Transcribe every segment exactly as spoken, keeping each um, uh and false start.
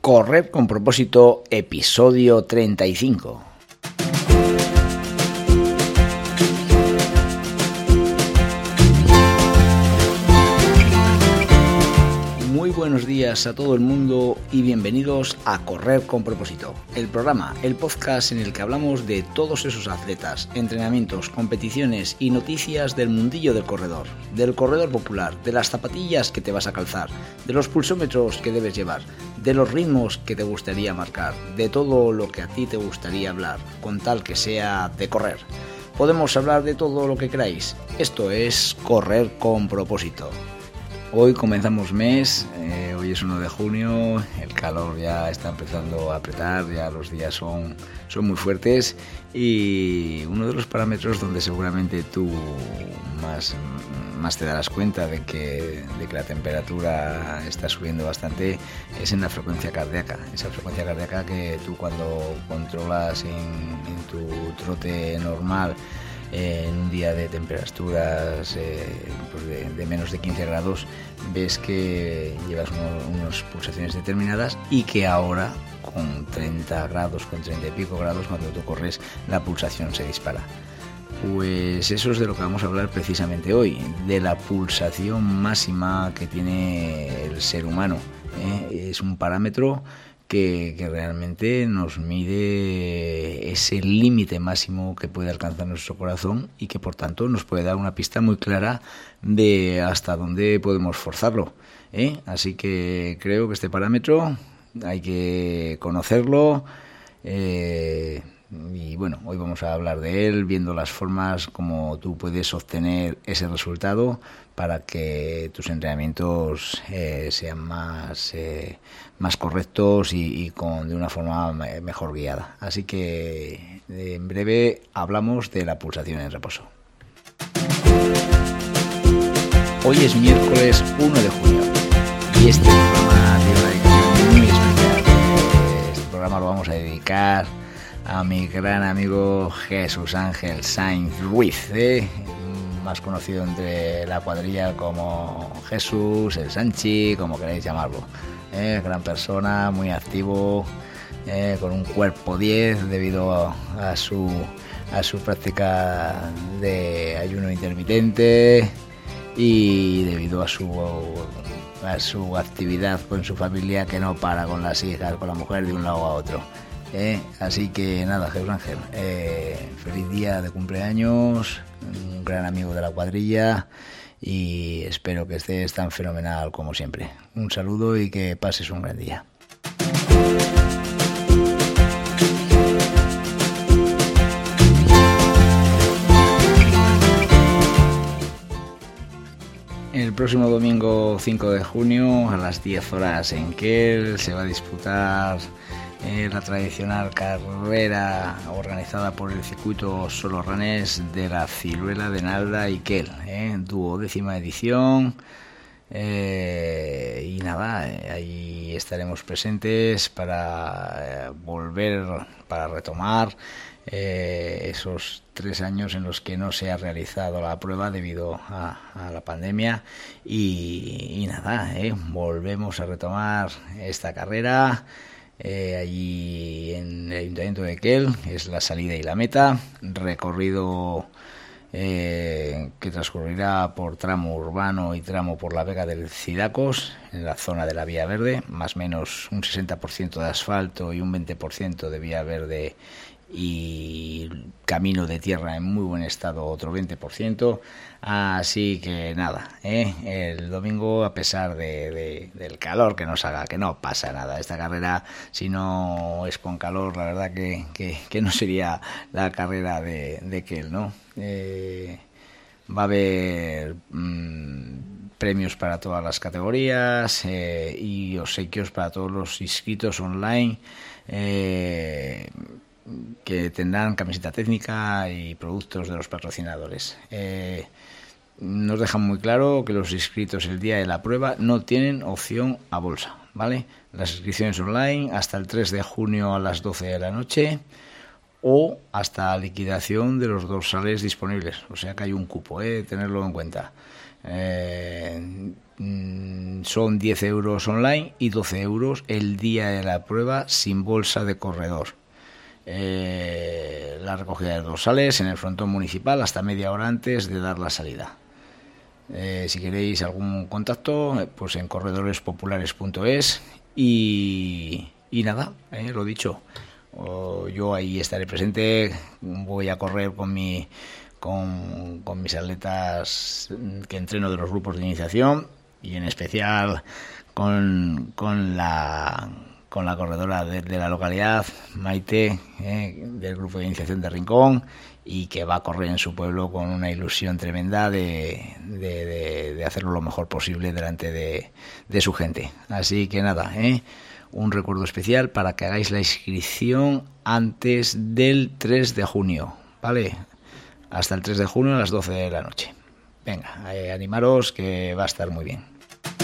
Correr con propósito, episodio treinta y cinco. Muy buenos días a todo el mundo y bienvenidos a Correr con propósito, el programa, el podcast en el que hablamos de todos esos atletas, entrenamientos, competiciones y noticias del mundillo del corredor, del corredor popular, de las zapatillas que te vas a calzar, de los pulsómetros que debes llevar, de los ritmos que te gustaría marcar, de todo lo que a ti te gustaría hablar, con tal que sea de correr. Podemos hablar de todo lo que queráis. Esto es Correr con propósito. Hoy comenzamos mes, eh, hoy es uno de junio, el calor ya está empezando a apretar, ya los días son, son muy fuertes y uno de los parámetros donde seguramente tú más, más te darás cuenta de que, de que la temperatura está subiendo bastante es en la frecuencia cardíaca, esa frecuencia cardíaca que tú cuando controlas en, en tu trote normal, en un día de temperaturas eh, pues de, de menos de quince grados, ves que llevas uno, unas pulsaciones determinadas y que ahora con treinta grados, con treinta y pico grados, cuando tú corres, la pulsación se dispara. Pues eso es de lo que vamos a hablar precisamente hoy, de la pulsación máxima que tiene el ser humano, ¿eh? Es un parámetro Que, que realmente nos mide ese límite máximo que puede alcanzar nuestro corazón y que por tanto nos puede dar una pista muy clara de hasta dónde podemos forzarlo, ¿eh? Así que creo que este parámetro hay que conocerlo, eh, y bueno, hoy vamos a hablar de él, viendo las formas como tú puedes obtener ese resultado para que tus entrenamientos eh, sean más, eh, más correctos y, y con de una forma mejor guiada. Así que en breve hablamos de la pulsación en reposo. Hoy es miércoles uno de junio y este programa tiene una dedicación muy especial. Este programa lo vamos a dedicar a mi gran amigo Jesús Ángel Sainz Ruiz, ¿eh? más conocido entre la cuadrilla como Jesús, el Sanchi, como queréis llamarlo, ¿eh? Gran persona, muy activo, ¿eh? con un cuerpo diez debido a, a su a su práctica de ayuno intermitente y debido a su a su actividad con su familia, que no para, con las hijas, con la mujer, de un lado a otro. Eh, así que nada, Jesús Ángel, eh, feliz día de cumpleaños, un gran amigo de la cuadrilla y espero que estés tan fenomenal como siempre. Un saludo y que pases un gran día. El próximo domingo cinco de junio a las diez horas en Kiel se va a disputar Eh, la tradicional carrera organizada por el circuito Solorranes de la Ciruela de Nalda y Kiel, eh, duodécima edición, eh, y nada, eh, ahí estaremos presentes para eh, volver, para retomar eh, esos tres años en los que no se ha realizado la prueba debido a, a la pandemia y, y nada, eh, volvemos a retomar esta carrera. Eh, allí en el Ayuntamiento de Kiel es la salida y la meta, recorrido eh, que transcurrirá por tramo urbano y tramo por la Vega del Cidacos, en la zona de la Vía Verde, más o menos un sesenta por ciento de asfalto y un veinte por ciento de vía verde y camino de tierra en muy buen estado, otro veinte por ciento. Así que nada, ¿eh? el domingo, a pesar de, de, del calor que nos haga, que no pasa nada, esta carrera, si no es con calor, la verdad que, que, que no sería la carrera de, de Kiel, ¿no? Eh, va a haber mmm, premios para todas las categorías eh, y obsequios para todos los inscritos online, eh, que tendrán camiseta técnica y productos de los patrocinadores. Eh, nos dejan muy claro que los inscritos el día de la prueba no tienen opción a bolsa, ¿vale? Las inscripciones online hasta el tres de junio a las doce de la noche o hasta liquidación de los dorsales disponibles, o sea que hay un cupo, ¿eh? Tenerlo en cuenta. Eh, son diez euros online y doce euros el día de la prueba sin bolsa de corredor. Eh, la recogida de dorsales en el frontón municipal hasta media hora antes de dar la salida. Eh, si queréis algún contacto, pues en corredores populares punto es y, y nada, eh, lo dicho, o yo ahí estaré presente. Voy a correr con mi con, con mis atletas que entreno de los grupos de iniciación y en especial con, con la con la corredora de, de la localidad, Maite, eh, del grupo de iniciación de Rincón, y que va a correr en su pueblo con una ilusión tremenda de, de, de, de hacerlo lo mejor posible delante de, de su gente. Así que nada, eh, un recuerdo especial para que hagáis la inscripción antes del tres de junio, ¿vale? Hasta el tres de junio a las doce de la noche. Venga, eh, animaros, que va a estar muy bien.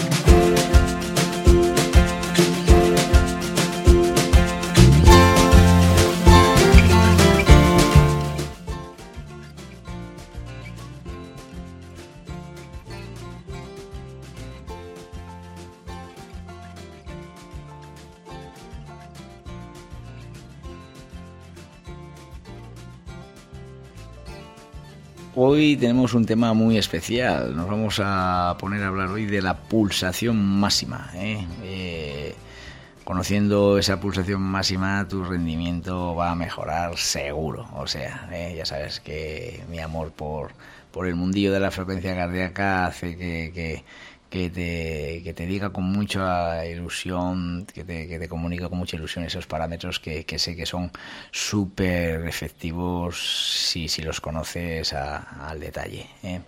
Hoy tenemos un tema muy especial. Nos vamos a poner a hablar hoy de la pulsación máxima, ¿eh? Eh, conociendo esa pulsación máxima, tu rendimiento va a mejorar seguro. O sea, ¿eh? Ya sabes que mi amor por, por el mundillo de la frecuencia cardíaca hace que, que, que, te, que te diga con mucha ilusión, que te, que te comunica con mucha ilusión esos parámetros que, que sé que son súper efectivos si, si los conoces a, al detalle, ¿eh?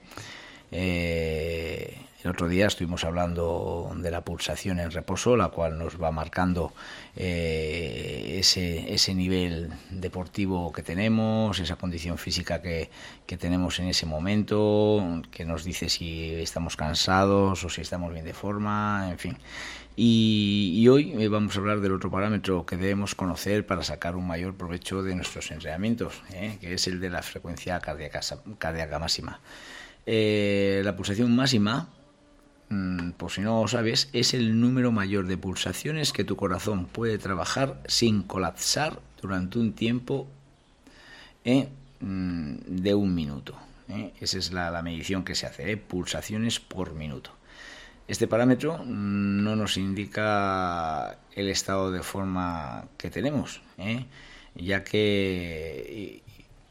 Eh, el otro día estuvimos hablando de la pulsación en reposo, la cual nos va marcando eh, ese, ese nivel deportivo que tenemos, esa condición física que, que tenemos en ese momento, que nos dice si estamos cansados o si estamos bien de forma, en fin. Y, y hoy vamos a hablar del otro parámetro que debemos conocer para sacar un mayor provecho de nuestros entrenamientos, ¿eh? que es el de la frecuencia cardíaca, cardíaca máxima. Eh, la pulsación máxima, por si no lo sabes, es el número mayor de pulsaciones que tu corazón puede trabajar sin colapsar durante un tiempo eh, de un minuto. Eh. Esa es la, la medición que se hace, eh, pulsaciones por minuto. Este parámetro no nos indica el estado de forma que tenemos, eh, ya que...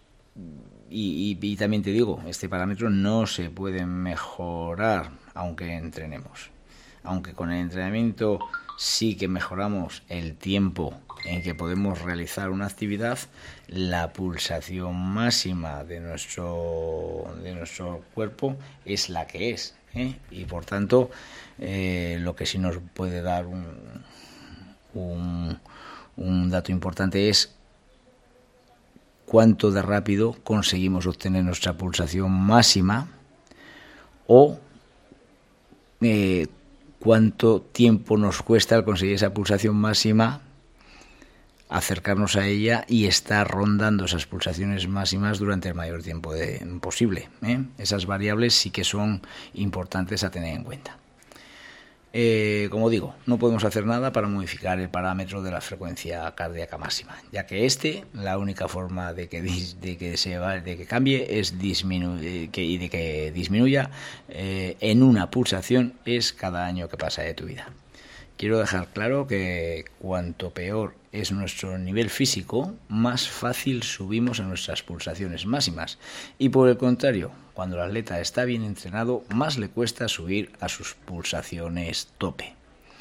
Y, y, y también te digo, este parámetro no se puede mejorar aunque entrenemos. Aunque con el entrenamiento sí que mejoramos el tiempo en que podemos realizar una actividad, la pulsación máxima de nuestro, de nuestro cuerpo es la que es, ¿eh? Y por tanto, eh, lo que sí nos puede dar un, un, un dato importante es cuánto de rápido conseguimos obtener nuestra pulsación máxima o eh, cuánto tiempo nos cuesta al conseguir esa pulsación máxima, acercarnos a ella y estar rondando esas pulsaciones máximas durante el mayor tiempo de, posible, ¿eh? Esas variables sí que son importantes a tener en cuenta. Eh, como digo, no podemos hacer nada para modificar el parámetro de la frecuencia cardíaca máxima, ya que este, la única forma de que, de que, se va, de que cambie es disminu- que, y de que disminuya eh, en una pulsación es cada año que pasa de tu vida. Quiero dejar claro que cuanto peor es nuestro nivel físico, más fácil subimos a nuestras pulsaciones máximas. Y por el contrario, cuando el atleta está bien entrenado, más le cuesta subir a sus pulsaciones tope.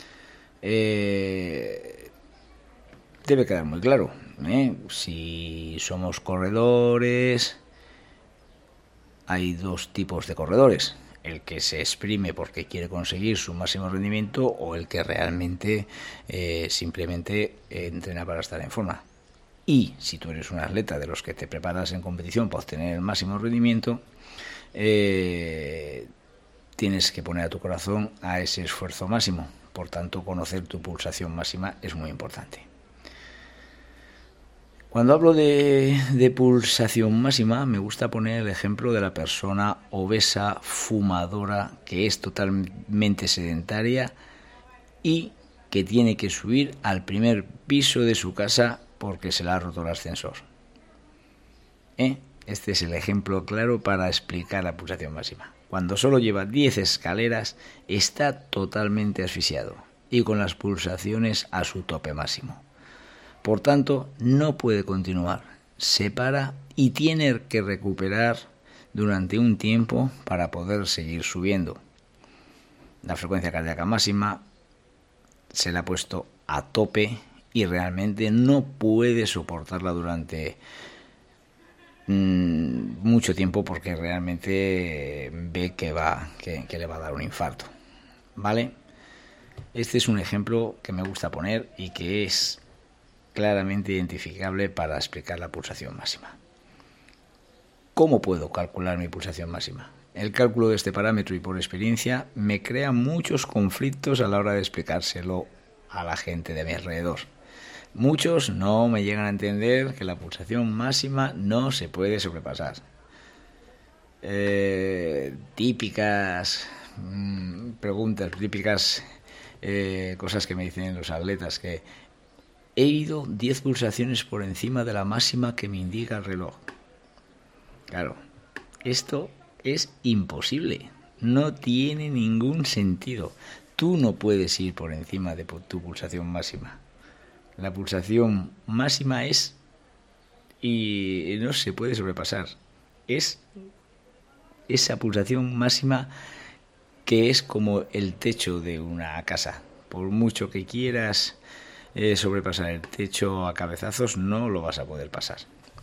Eh, debe quedar muy claro, ¿eh? Si somos corredores, hay dos tipos de corredores. El que se exprime porque quiere conseguir su máximo rendimiento o el que realmente eh, simplemente eh, entrena para estar en forma. Y si tú eres un atleta de los que te preparas en competición para obtener el máximo rendimiento, eh, tienes que poner a tu corazón a ese esfuerzo máximo. Por tanto, conocer tu pulsación máxima es muy importante. Cuando hablo de, de pulsación máxima, me gusta poner el ejemplo de la persona obesa, fumadora, que es totalmente sedentaria y que tiene que subir al primer piso de su casa porque se le ha roto el ascensor. ¿Eh? Este es el ejemplo claro para explicar la pulsación máxima. Cuando solo lleva diez escaleras, está totalmente asfixiado y con las pulsaciones a su tope máximo. Por tanto, no puede continuar, se para y tiene que recuperar durante un tiempo para poder seguir subiendo. La frecuencia cardíaca máxima se la ha puesto a tope y realmente no puede soportarla durante mmm, mucho tiempo porque realmente ve que, va, que, que le va a dar un infarto. ¿Vale? Este es un ejemplo que me gusta poner y que es claramente identificable para explicar la pulsación máxima. ¿Cómo puedo calcular mi pulsación máxima? El cálculo de este parámetro y por experiencia me crea muchos conflictos a la hora de explicárselo a la gente de mi alrededor. Muchos no me llegan a entender que la pulsación máxima no se puede sobrepasar. Eh, típicas mmm, preguntas, típicas eh, cosas que me dicen los atletas, que he ido diez pulsaciones por encima de la máxima que me indica el reloj. Claro, esto es imposible, no tiene ningún sentido. Tú no puedes ir por encima de tu pulsación máxima. La pulsación máxima es, y no se puede sobrepasar, es esa pulsación máxima que es como el techo de una casa. Por mucho que quieras eh, sobrepasar el techo a cabezazos, no lo vas a poder pasar.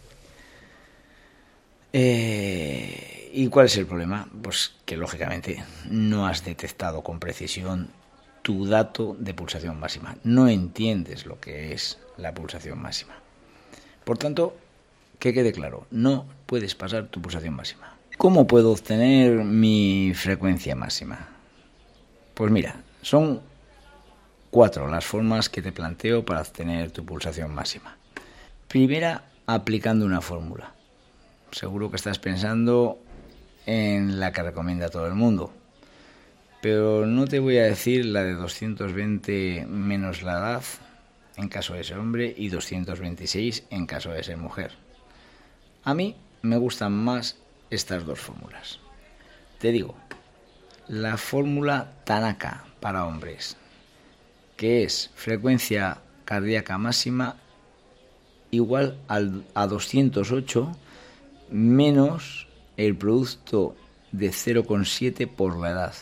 Eh, ¿Y cuál es el problema? Pues que lógicamente no has detectado con precisión tu dato de pulsación máxima. No entiendes lo que es la pulsación máxima. Por tanto, que quede claro, no puedes pasar tu pulsación máxima. ¿Cómo puedo obtener mi frecuencia máxima? Pues mira, son cuatro las formas que te planteo para obtener tu pulsación máxima. Primera, aplicando una fórmula. Seguro que estás pensando en la que recomienda todo el mundo, pero no te voy a decir la de doscientos veinte menos la edad en caso de ser hombre y doscientos veintiséis en caso de ser mujer. A mí me gustan más estas dos fórmulas. Te digo, la fórmula Tanaka para hombres, que es frecuencia cardíaca máxima igual al, a doscientos ocho menos el producto de cero coma siete por la edad.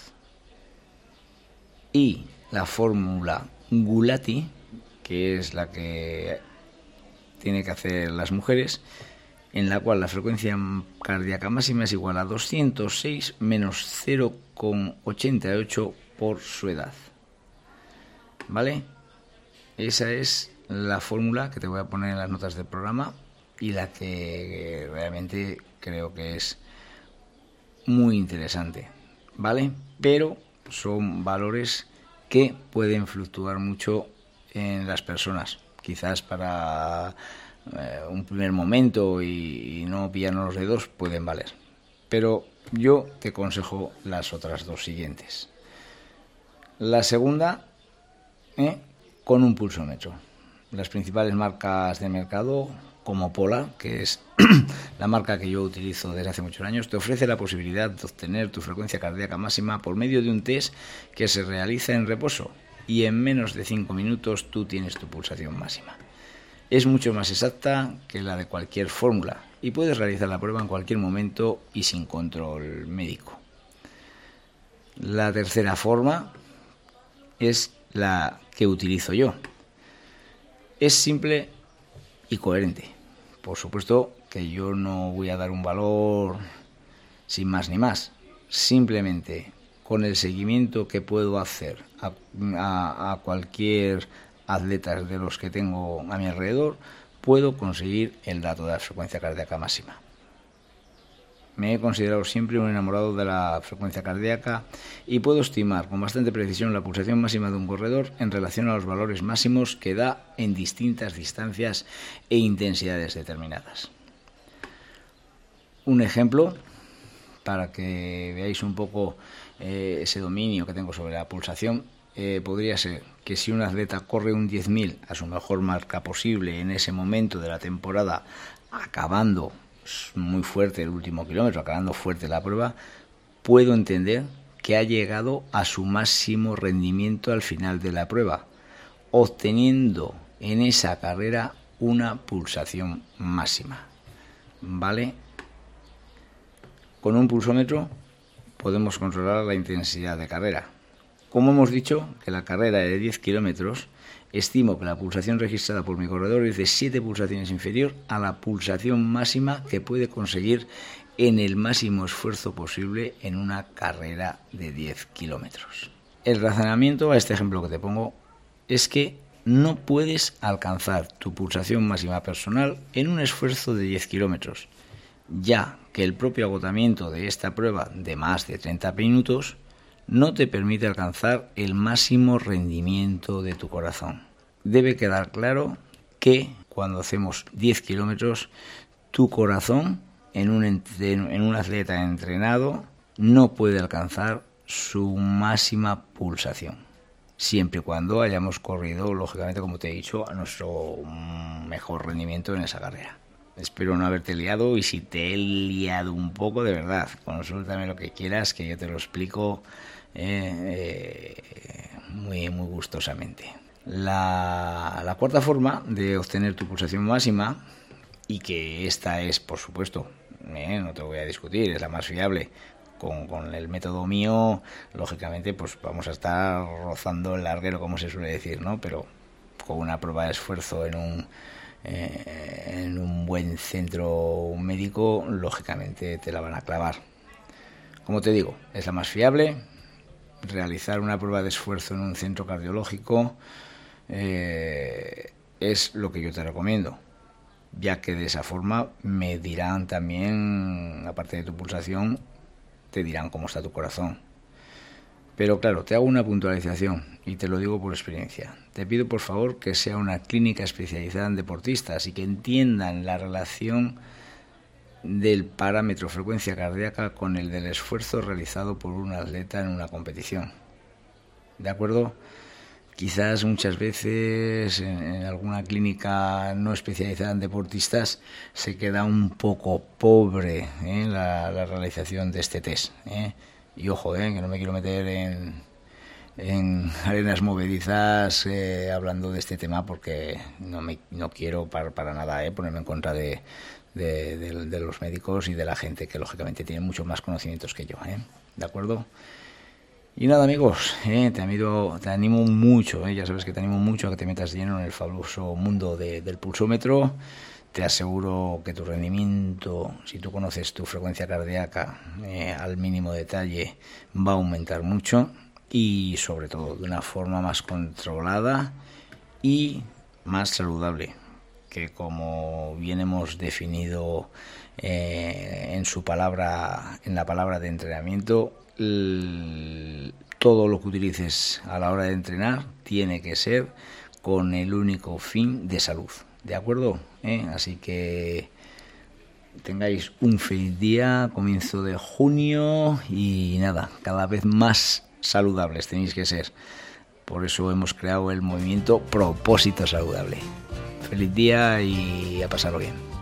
Y la fórmula Gulati, que es la que tiene que hacer las mujeres, en la cual la frecuencia cardíaca máxima es igual a doscientos seis menos cero coma ochenta y ocho por su edad. ¿Vale? Esa es la fórmula que te voy a poner en las notas del programa y la que realmente creo que es muy interesante, ¿vale? Pero son valores que pueden fluctuar mucho en las personas. Quizás para eh, un primer momento y, y no pillarnos los dedos pueden valer. Pero yo te aconsejo las otras dos siguientes. La segunda, eh, con un pulsómetro. Las principales marcas de mercado, como Polar, que es la marca que yo utilizo desde hace muchos años, te ofrece la posibilidad de obtener tu frecuencia cardíaca máxima por medio de un test que se realiza en reposo y en menos de cinco minutos tú tienes tu pulsación máxima. Es mucho más exacta que la de cualquier fórmula y puedes realizar la prueba en cualquier momento y sin control médico. La tercera forma es la que utilizo yo. Es simple y coherente. Por supuesto que yo no voy a dar un valor sin más ni más. Simplemente con el seguimiento que puedo hacer a, a, a cualquier atleta de los que tengo a mi alrededor, puedo conseguir el dato de la frecuencia cardíaca máxima. Me he considerado siempre un enamorado de la frecuencia cardíaca y puedo estimar con bastante precisión la pulsación máxima de un corredor en relación a los valores máximos que da en distintas distancias e intensidades determinadas. Un ejemplo para que veáis un poco eh, ese dominio que tengo sobre la pulsación eh, podría ser que si un atleta corre un diez mil a su mejor marca posible en ese momento de la temporada, acabando muy fuerte el último kilómetro, acabando fuerte la prueba, puedo entender que ha llegado a su máximo rendimiento al final de la prueba, obteniendo en esa carrera una pulsación máxima, ¿vale? Con un pulsómetro podemos controlar la intensidad de carrera. Como hemos dicho, que la carrera de diez kilómetros, estimo que la pulsación registrada por mi corredor es de siete pulsaciones inferior a la pulsación máxima que puede conseguir en el máximo esfuerzo posible en una carrera de diez kilómetros. El razonamiento a este ejemplo que te pongo es que no puedes alcanzar tu pulsación máxima personal en un esfuerzo de diez kilómetros, ya que el propio agotamiento de esta prueba de más de treinta minutos no te permite alcanzar el máximo rendimiento de tu corazón. Debe quedar claro que cuando hacemos diez kilómetros, tu corazón en un, en un atleta entrenado no puede alcanzar su máxima pulsación, siempre y cuando hayamos corrido, lógicamente, como te he dicho, a nuestro mejor rendimiento en esa carrera. Espero no haberte liado, y si te he liado un poco, de verdad, consúltame lo que quieras, que yo te lo explico eh, eh, muy, muy gustosamente. La, la cuarta forma de obtener tu pulsación máxima, y que esta es, por supuesto, eh, no te voy a discutir, es la más fiable. Con, con el método mío, lógicamente, pues vamos a estar rozando el larguero, como se suele decir, ¿no? Pero con una prueba de esfuerzo en un Eh, en un buen centro médico, lógicamente te la van a clavar. Como te digo, es la más fiable. Realizar una prueba de esfuerzo en un centro cardiológico eh, es lo que yo te recomiendo, ya que de esa forma me dirán también, aparte de tu pulsación, te dirán cómo está tu corazón. Pero claro, te hago una puntualización y te lo digo por experiencia. Te pido por favor que sea una clínica especializada en deportistas y que entiendan la relación del parámetro frecuencia cardíaca con el del esfuerzo realizado por un atleta en una competición. ¿De acuerdo? Quizás muchas veces en, en alguna clínica no especializada en deportistas se queda un poco pobre ¿eh? la, la realización de este test, ¿eh? Y ojo, eh, que no me quiero meter en, en arenas movedizas eh, hablando de este tema, porque no me no quiero para, para nada eh, ponerme en contra de, de, de, de los médicos y de la gente que lógicamente tiene muchos más conocimientos que yo. ¿eh? ¿De acuerdo? Y nada, amigos, eh, te, animo, te animo mucho, eh, ya sabes que te animo mucho a que te metas lleno en el fabuloso mundo de, del pulsómetro. Te aseguro que tu rendimiento, si tú conoces tu frecuencia cardíaca eh, al mínimo detalle, va a aumentar mucho, y sobre todo de una forma más controlada y más saludable, que como bien hemos definido eh, en su palabra, en la palabra de entrenamiento, el, todo lo que utilices a la hora de entrenar tiene que ser con el único fin de salud. ¿De acuerdo? ¿Eh? Así que tengáis un feliz día, comienzo de junio, y nada, cada vez más saludables tenéis que ser. Por eso hemos creado el movimiento Propósito Saludable. Feliz día y a pasarlo bien.